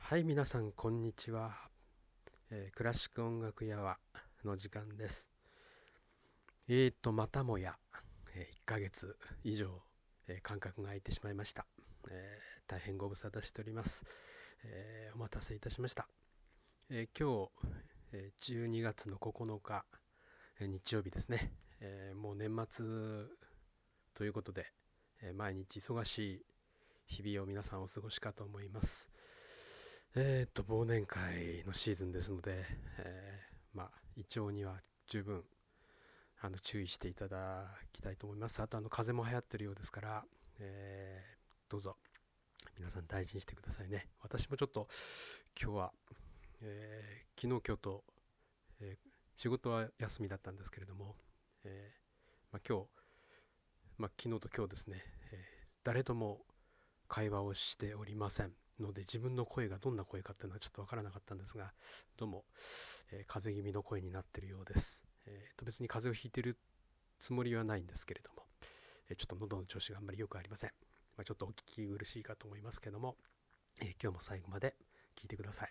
はい、皆さん、こんにちは。クラシック音楽屋はの時間です。またもや、1ヶ月以上、間隔が空いてしまいました。大変ご無沙汰しております。お待たせいたしました。今日、12月の9日、日曜日ですね。もう年末ということで、毎日忙しい日々を皆さんお過ごしかと思います。忘年会のシーズンですので、胃腸には十分注意していただきたいと思います。あと風邪も流行ってるようですから、どうぞ皆さん大事にしてくださいね。私もちょっと今日は、昨日今日と、仕事は休みだったんですけれども、今日、昨日と今日ですね、誰とも会話をしておりませんので、自分の声がどんな声かっていうのはちょっとわからなかったんですが、どうも、風邪気味の声になっているようです。別に風邪をひいているつもりはないんですけれども、ちょっと喉の調子があんまり良くありません。ちょっとお聞き苦しいかと思いますけども、今日も最後まで聞いてください。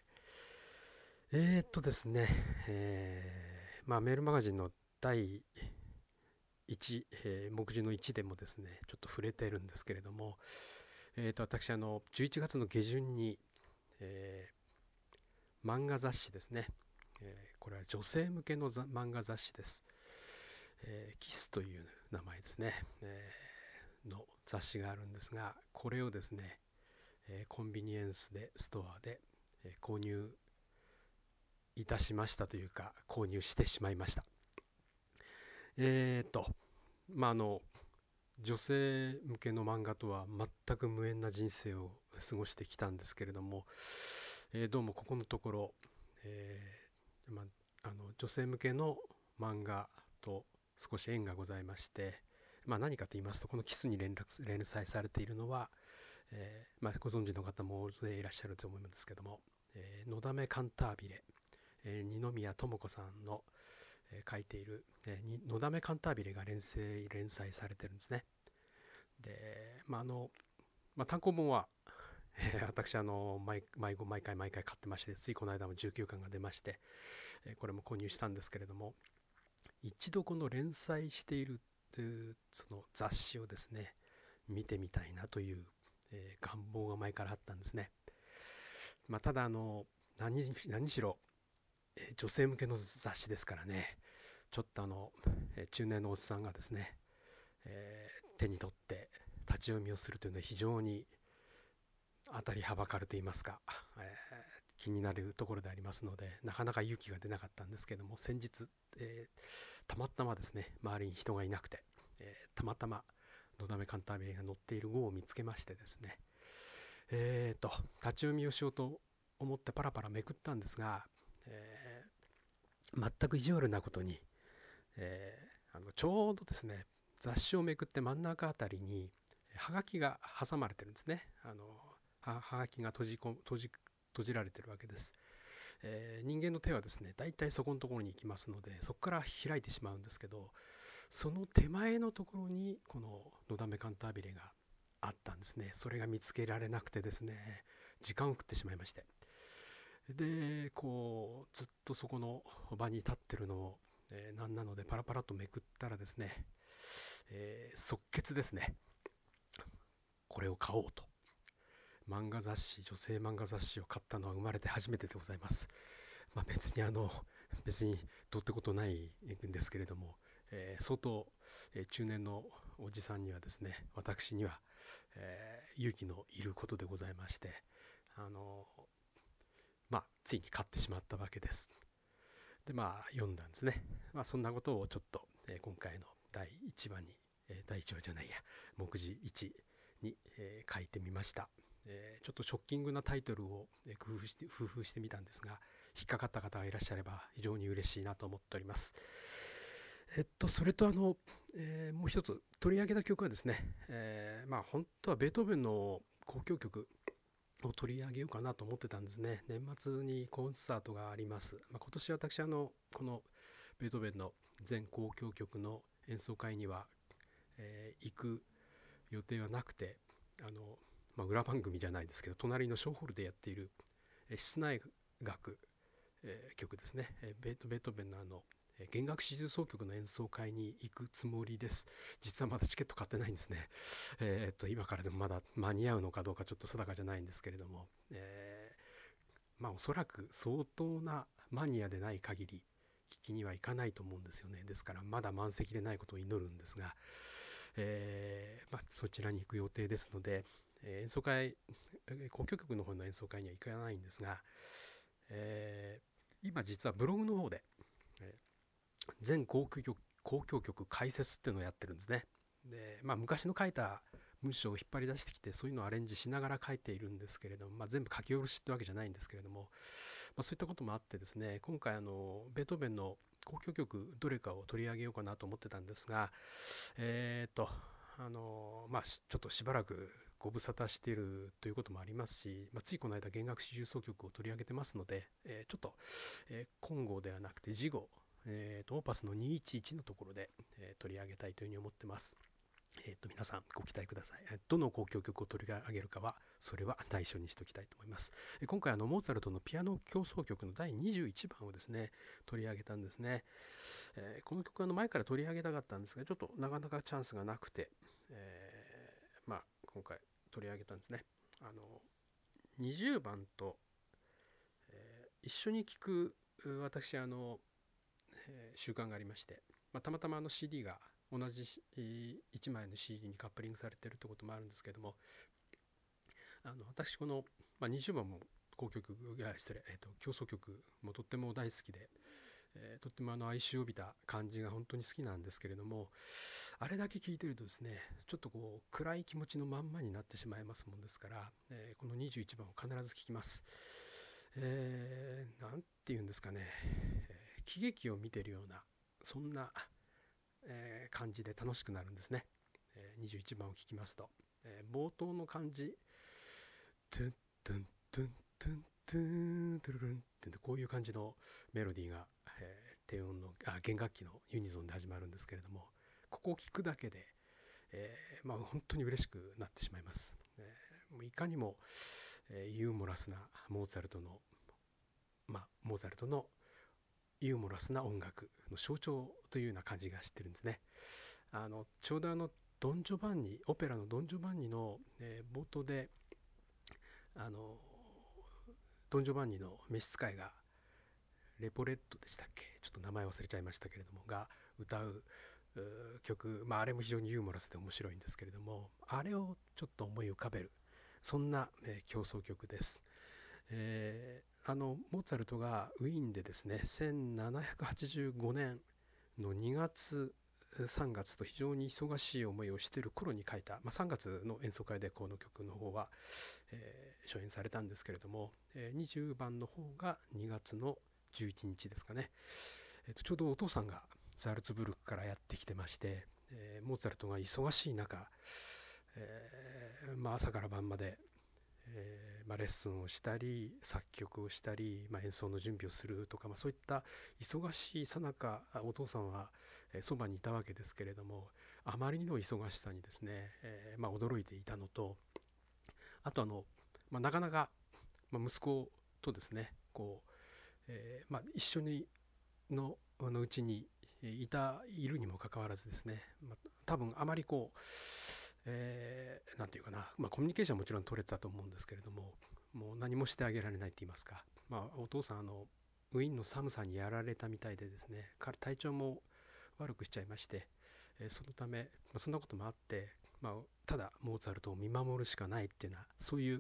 ですね、メールマガジンの第1、目次の1でもですね、ちょっと触れているんですけれども、私11月の下旬に、漫画雑誌ですね、これは女性向けの漫画雑誌です。キスという名前ですね、の雑誌があるんですが、これをですね、コンビニエンスでストアで、購入いたしましたというか、購入してしまいました。えー、っとまあ女性向けの漫画とは全く無縁な人生を過ごしてきたんですけれども、どうもここのところ、女性向けの漫画と少し縁がございまして、何かと言いますと、このキスに連載されているのは、ご存知の方も大勢いらっしゃると思うんですけども、のだめカンタービレ、二宮智子さんの、書いている、のだめカンタービレが連載されてるんですね。で、単行本は、私毎回買ってまして、ついこの間も19巻が出まして、これも購入したんですけれども、一度この連載しているその雑誌をですね、見てみたいなという、願望が前からあったんですね。ただ何しろ、女性向けの雑誌ですからね、ちょっと中年のおっさんがですね、手に取って立ち読みをするというのは非常に当たりはばかると言いますか、気になるところでありますので、なかなか勇気が出なかったんですけども、先日、たまたまですね、周りに人がいなくて、たまたまのだめカンタービレが載っている号を見つけましてですね、立ち読みをしようと思ってパラパラめくったんですが、全く意地悪なことに、ちょうどですね、雑誌をめくって真ん中あたりにはがきが挟まれてるんですね。はがきが閉じられてるわけです。人間の手はですね、だいたいそこのところに行きますので、そこから開いてしまうんですけど、その手前のところにこののだめカンタービレがあったんですね。それが見つけられなくてですね、時間を食ってしまいまして、でこうずっとそこの場に立ってるのを、なんなのでパラパラとめくったらですね、即決ですね、これを買おうと。女性漫画雑誌を買ったのは生まれて初めてでございます。別にどうってことないんですけれども、相当、中年のおじさんにはですね、私には、勇気のいることでございまして、ついに買ってしまったわけです。で読んだんですね。そんなことをちょっと、今回の第1話に、第1話じゃないや、目次1に、書いてみました。ちょっとショッキングなタイトルを工夫してみたんですが、引っかかった方がいらっしゃれば非常に嬉しいなと思っております。それともう一つ取り上げた曲はですね、本当はベートーベンの交響曲を取り上げようかなと思ってたんですね。年末にコンサートがあります。今年私このベートーベンの全交響曲の演奏会には、行く予定はなくて、裏番組じゃないですけど、隣のショーホールでやっている、 室内楽、曲ですね。ベートーベンの弦楽四重奏曲の演奏会に行くつもりです。実はまだチケット買ってないんですね。今からでもまだ間に合うのかどうかちょっと定かじゃないんですけれども、おそらく相当なマニアでない限り聞きには行かないと思うんですよね。ですからまだ満席でないことを祈るんですが、そちらに行く予定ですので、演奏会、交響曲の方の演奏会には行かないんですが、今実はブログの方で、全交響曲解説っていうのをやってるんですね。で、昔の書いた文章を引っ張り出してきて、そういうのをアレンジしながら書いているんですけれども、全部書き下ろしってわけじゃないんですけれども、そういったこともあってですね、今回ベートーベンの交響曲どれかを取り上げようかなと思ってたんですが、ちょっとしばらくご無沙汰しているということもありますし、ついこの間弦楽四重奏曲を取り上げてますので、ちょっと、今号ではなくて次号、オーパスの211のところで、取り上げたいというふうに思ってます。皆さんご期待ください。どの交響曲を取り上げるかは、それは内緒にしておきたいと思います。今回モーツァルトのピアノ協奏曲の第21番をですね、取り上げたんですね。この曲は前から取り上げたかったんですが、ちょっとなかなかチャンスがなくて、今回取り上げたんですね。20番と、一緒に聴く私習慣がありまして、たまたまCD が同じ1枚の CD にカップリングされているということもあるんですけれども、私この、20番も協奏曲もとっても大好きで、とっても哀愁を帯びた感じが本当に好きなんですけれども、あれだけ聴いてるとですね、ちょっとこう暗い気持ちのまんまになってしまいますもんですから、この21番を必ず聴きます。なんていうんですかね、喜劇を見てるようなそんな、感じで楽しくなるんですね。21番を聴きますと、冒頭の感じ、トゥントゥントゥントゥントゥントゥルルンってこういう感じのメロディーが、低音の弦楽器のユニゾンで始まるんですけれども、ここを聴くだけで、本当に嬉しくなってしまいます。もういかにも、ユーモラスなモーツァルトのユーモラスな音楽の象徴というような感じがしてるんですね。ちょうどドン・ジョバンニ、オペラのドン・ジョバンニの、冒頭でドン・ジョバンニの召使いがレポレットでしたっけ、ちょっと名前忘れちゃいましたけれども、が歌う曲、あれも非常にユーモラスで面白いんですけれども、あれをちょっと思い浮かべる、そんな、協奏曲です。モーツァルトがウィーンでですね、1785年の2月3月と非常に忙しい思いをしている頃に書いた、3月の演奏会でこの曲の方は、初演されたんですけれども、20番の方が2月の11日ですかね。ちょうどお父さんがザルツブルクからやってきてまして、モーツァルトが忙しい中、朝から晩まで、レッスンをしたり作曲をしたり、演奏の準備をするとか、そういった忙しいさなかお父さんはそばにいたわけですけれども、あまりの忙しさにですね、驚いていたのと、あとなかなか、息子とですね一緒にうちにいるにもかかわらずですね、多分あまりなんていうかな、コミュニケーションはもちろん取れてたと思うんですけれども、もう何もしてあげられないと言いますか、お父さんウィーンの寒さにやられたみたいでですね、彼体調も悪くしちゃいまして、そのため、そんなこともあって、ただモーツァルトを見守るしかないっていうような、そういう、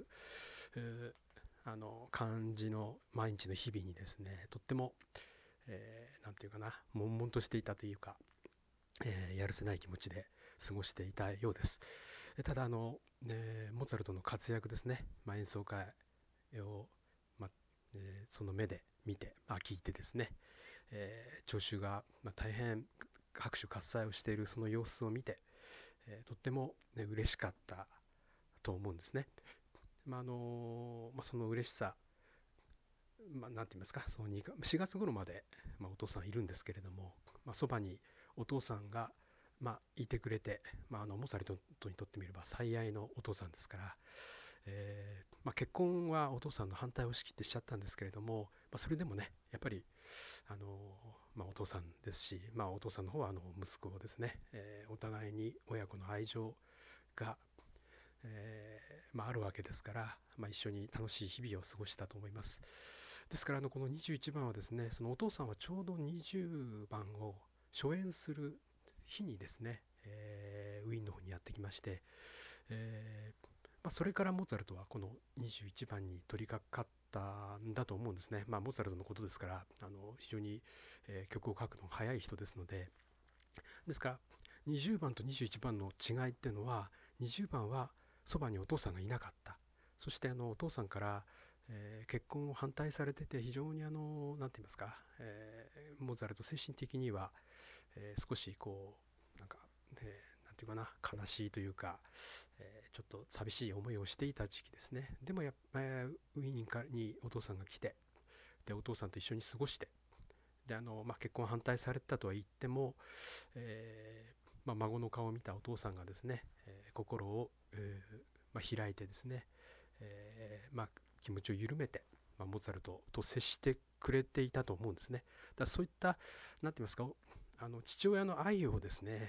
感じの毎日の日々にですね、とっても、なんていうかな、悶々としていたというか、やるせない気持ちで過ごしていたようです。ただモーツァルトの活躍ですね、演奏会を、その目で見て、聞いてですね、聴衆が、大変拍手喝采をしているその様子を見て、とっても、嬉しかったと思うんですね。その嬉しさ、なんて言いますか、その4月頃まで、お父さんいるんですけれども、そばにお父さんが、いてくれて、モーツァルトにとってみれば最愛のお父さんですから、 結婚はお父さんの反対を押し切ってしちゃったんですけれども、それでもねやっぱりお父さんですし、お父さんの方は息子ですね、お互いに親子の愛情が、あるわけですから、一緒に楽しい日々を過ごしたと思います。ですからこの21番はですね、そのお父さんはちょうど20番を初演する日にですね、ウィーンの方にやってきまして、それからモーツァルトはこの21番に取り掛かったんだと思うんですね。モーツァルトのことですから、非常に、曲を書くのが早い人ですので、ですから20番と21番の違いっていうのは、20番はそばにお父さんがいなかった。そしてお父さんから、結婚を反対されてて、非常に何て言いますか、モーツァルト精神的には、少しこうなんか、なんていうかな、悲しいというか、ちょっと寂しい思いをしていた時期ですね。でもウィーンにお父さんが来て、でお父さんと一緒に過ごして、で結婚反対されたとは言っても、孫の顔を見たお父さんがですね、心を、開いてですね、気持ちを緩めて、モーツァルトと接してくれていたと思うんですね。だそういった何て言いますか、父親の愛をですね、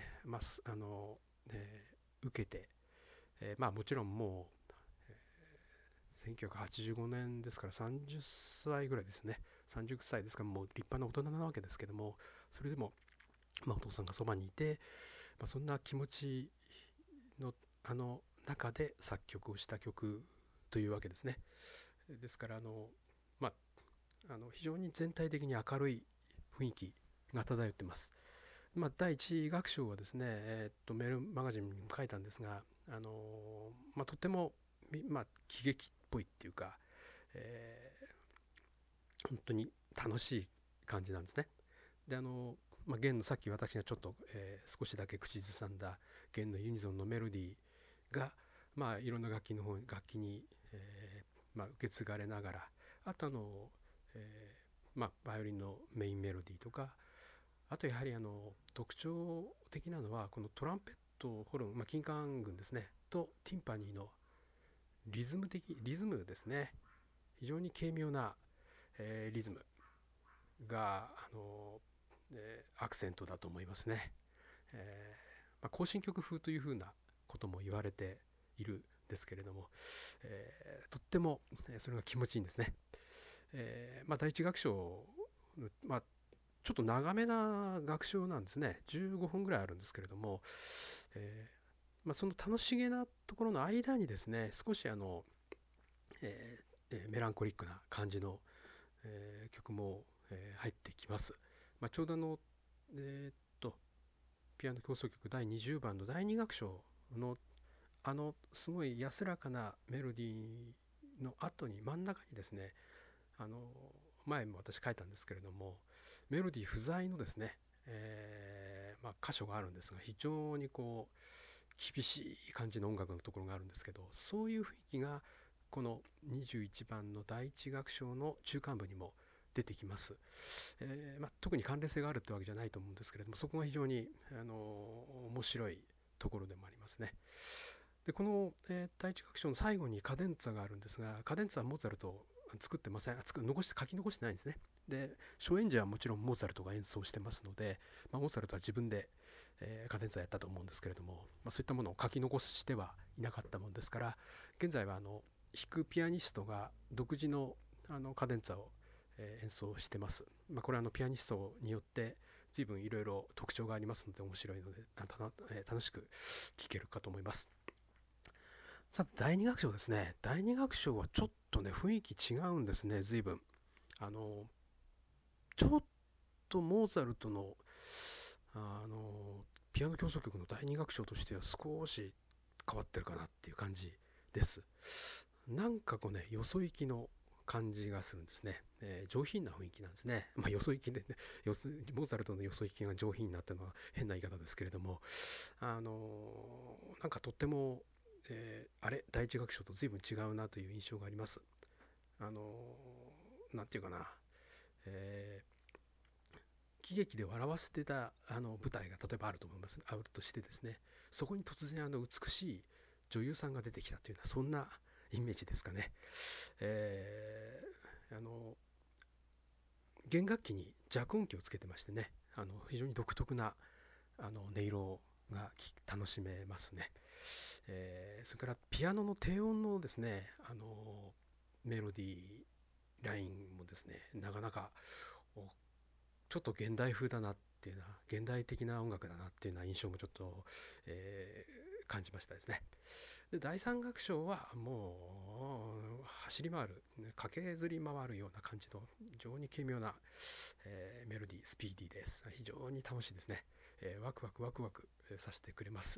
受けて、もちろんもう、1985年ですから30歳ぐらいですね、30歳ですからもう立派な大人なわけですけども、それでも、お父さんがそばにいて、そんな気持ちの中で作曲をした曲というわけですね。ですから非常に全体的に明るい雰囲気が漂ってます。第一楽章はですね、メールマガジンにも書いたんですが、とても、喜劇っぽいっていうか、本当に楽しい感じなんですね。で弦のさっき私がちょっと、少しだけ口ずさんだ弦のユニゾンのメロディーが、いろんな楽器に、受け継がれながら、あとバイオリンのメインメロディーとか、あとやはり特徴的なのはこのトランペット、ホルン、金管群ですねとティンパニーのリズムですね。非常に軽妙な、リズムがアクセントだと思いますね。行進曲風というふうなことも言われているんですけれども、とってもそれが気持ちいいんですね。第一楽章、ちょっと長めな楽章なんですね。15分ぐらいあるんですけれども、その楽しげなところの間にですね、少しメランコリックな感じの、曲も、入ってきます。ちょうどピアノ協奏曲第20番の第2楽章のすごい安らかなメロディーの後に、真ん中にですね、前も私書いたんですけれども、メロディー不在のですね、箇所があるんですが、非常にこう厳しい感じの音楽のところがあるんですけど、そういう雰囲気がこの21番の第1楽章の中間部にも出てきます。特に関連性があるってわけじゃないと思うんですけれども、そこが非常に面白いところでもありますね。でこの、第1楽章の最後にカデンツァがあるんですが、カデンツァはモーツァルト作ってません、書き残してないんですね。で初演時はもちろんモーツァルトが演奏してますので、モーツァルトは自分で、カデンツァやったと思うんですけれども、そういったものを書き残してはいなかったもんですから、現在は弾くピアニストが独自のカデンツァを演奏してます。これはピアニストによって随分いろいろ特徴がありますので面白いので楽しく聴けるかと思います。さて第2楽章ですね。第2楽章はちょっとね雰囲気違うんですね。随分ちょっとモーツァルトのピアノ協奏曲の第2楽章としては少し変わってるかなっていう感じです。なんかこうねよそ行きの感じがするんですね。上品な雰囲気なんですね。よそ行きでね、モーツァルトのよそ行きが上品なっていうのは変な言い方ですけれども、なんかとっても、第一楽章と随分違うなという印象があります。なんていうかな、喜劇で笑わせてた舞台が例えばあると思います。あるとしてですね、そこに突然美しい女優さんが出てきたというような、そんなイメージですかね。弦楽器に弱音器をつけてましてね、非常に独特な音色が楽しめますね。それからピアノの低音のですね、メロディーラインもですね、なかなかちょっと現代風だなっていうような、現代的な音楽だなっていうような印象もちょっと、感じましたですね。で、第三楽章はもう走り回る、駆けずり回るような感じの非常に軽妙な、メロディー、スピーディーです。非常に楽しいですね。ワクワクワクワクさせてくれます。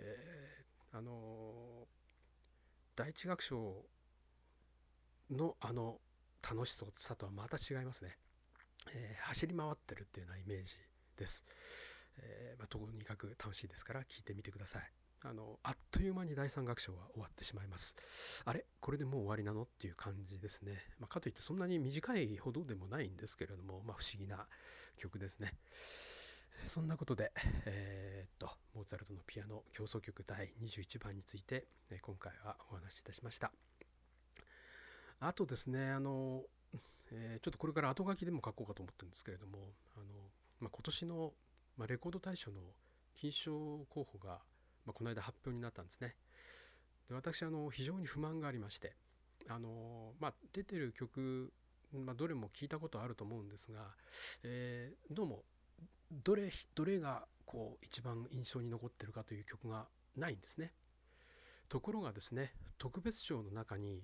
第一楽章の楽しさとはまた違いますね。走り回ってるっていうようなイメージです。とにかく楽しいですから聞いてみてください。あっという間に第三楽章は終わってしまいます。あれこれでもう終わりなのっていう感じですね。かといってそんなに短いほどでもないんですけれども、不思議な曲ですね。そんなことで、モーツァルトのピアノ協奏曲第21番について、今回はお話しいたしました。あとですね、ちょっとこれから後書きでも書こうかと思ってるんですけれども、今年の、レコード大賞の金賞候補が、この間発表になったんですね。で、私非常に不満がありまして、出てる曲、どれも聞いたことあると思うんですが、どうもどれがこう一番印象に残ってるかという曲がないんですね。ところがですね、特別賞の中に、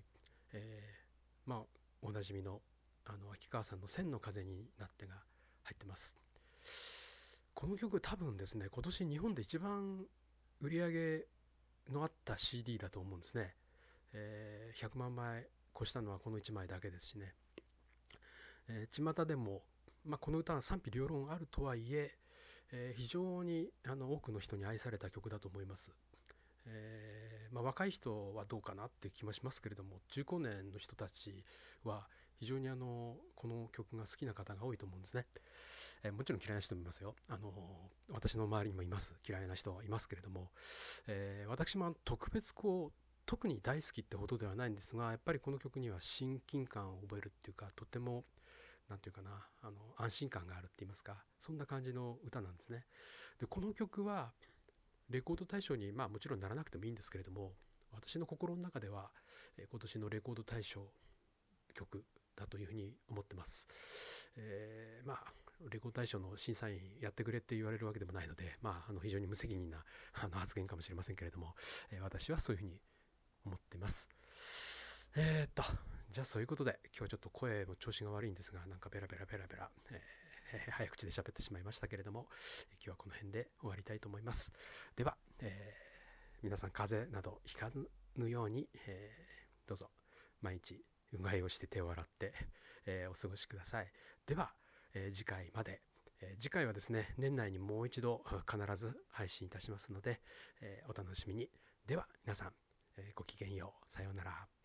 おなじみの秋川さんの千の風になってが入ってます。この曲多分ですね、今年日本で一番売り上げのあった CD だと思うんですね。100万枚越したのはこの1枚だけですしね。巷でも、この歌は賛否両論あるとはいえ、非常に多くの人に愛された曲だと思います。若い人はどうかなっていう気もしますけれども、中高年の人たちは非常にこの曲が好きな方が多いと思うんですね。もちろん嫌いな人もいますよ。私の周りにもいます。嫌いな人はいますけれども、私も特別特に大好きってほどではないんですが、やっぱりこの曲には親近感を覚えるっていうか、とてもなんていうかな、安心感があるって言いますか、そんな感じの歌なんですね。で、この曲はレコード大賞にもちろんならなくてもいいんですけれども、私の心の中では今年のレコード大賞曲だというふうに思ってます。レコード大賞の審査員やってくれって言われるわけでもないので、非常に無責任な発言かもしれませんけれども、私はそういうふうに思っています。じゃあそういうことで、今日はちょっと声も調子が悪いんですが、なんかベラベラ早口で喋ってしまいましたけれども、今日はこの辺で終わりたいと思います。では、皆さん風邪などひかぬように、どうぞ毎日うがいをして手を洗って、お過ごしください。では、次回まで。次回はですね、年内にもう一度必ず配信いたしますので、お楽しみに。では皆さん、ごきげんよう。さようなら。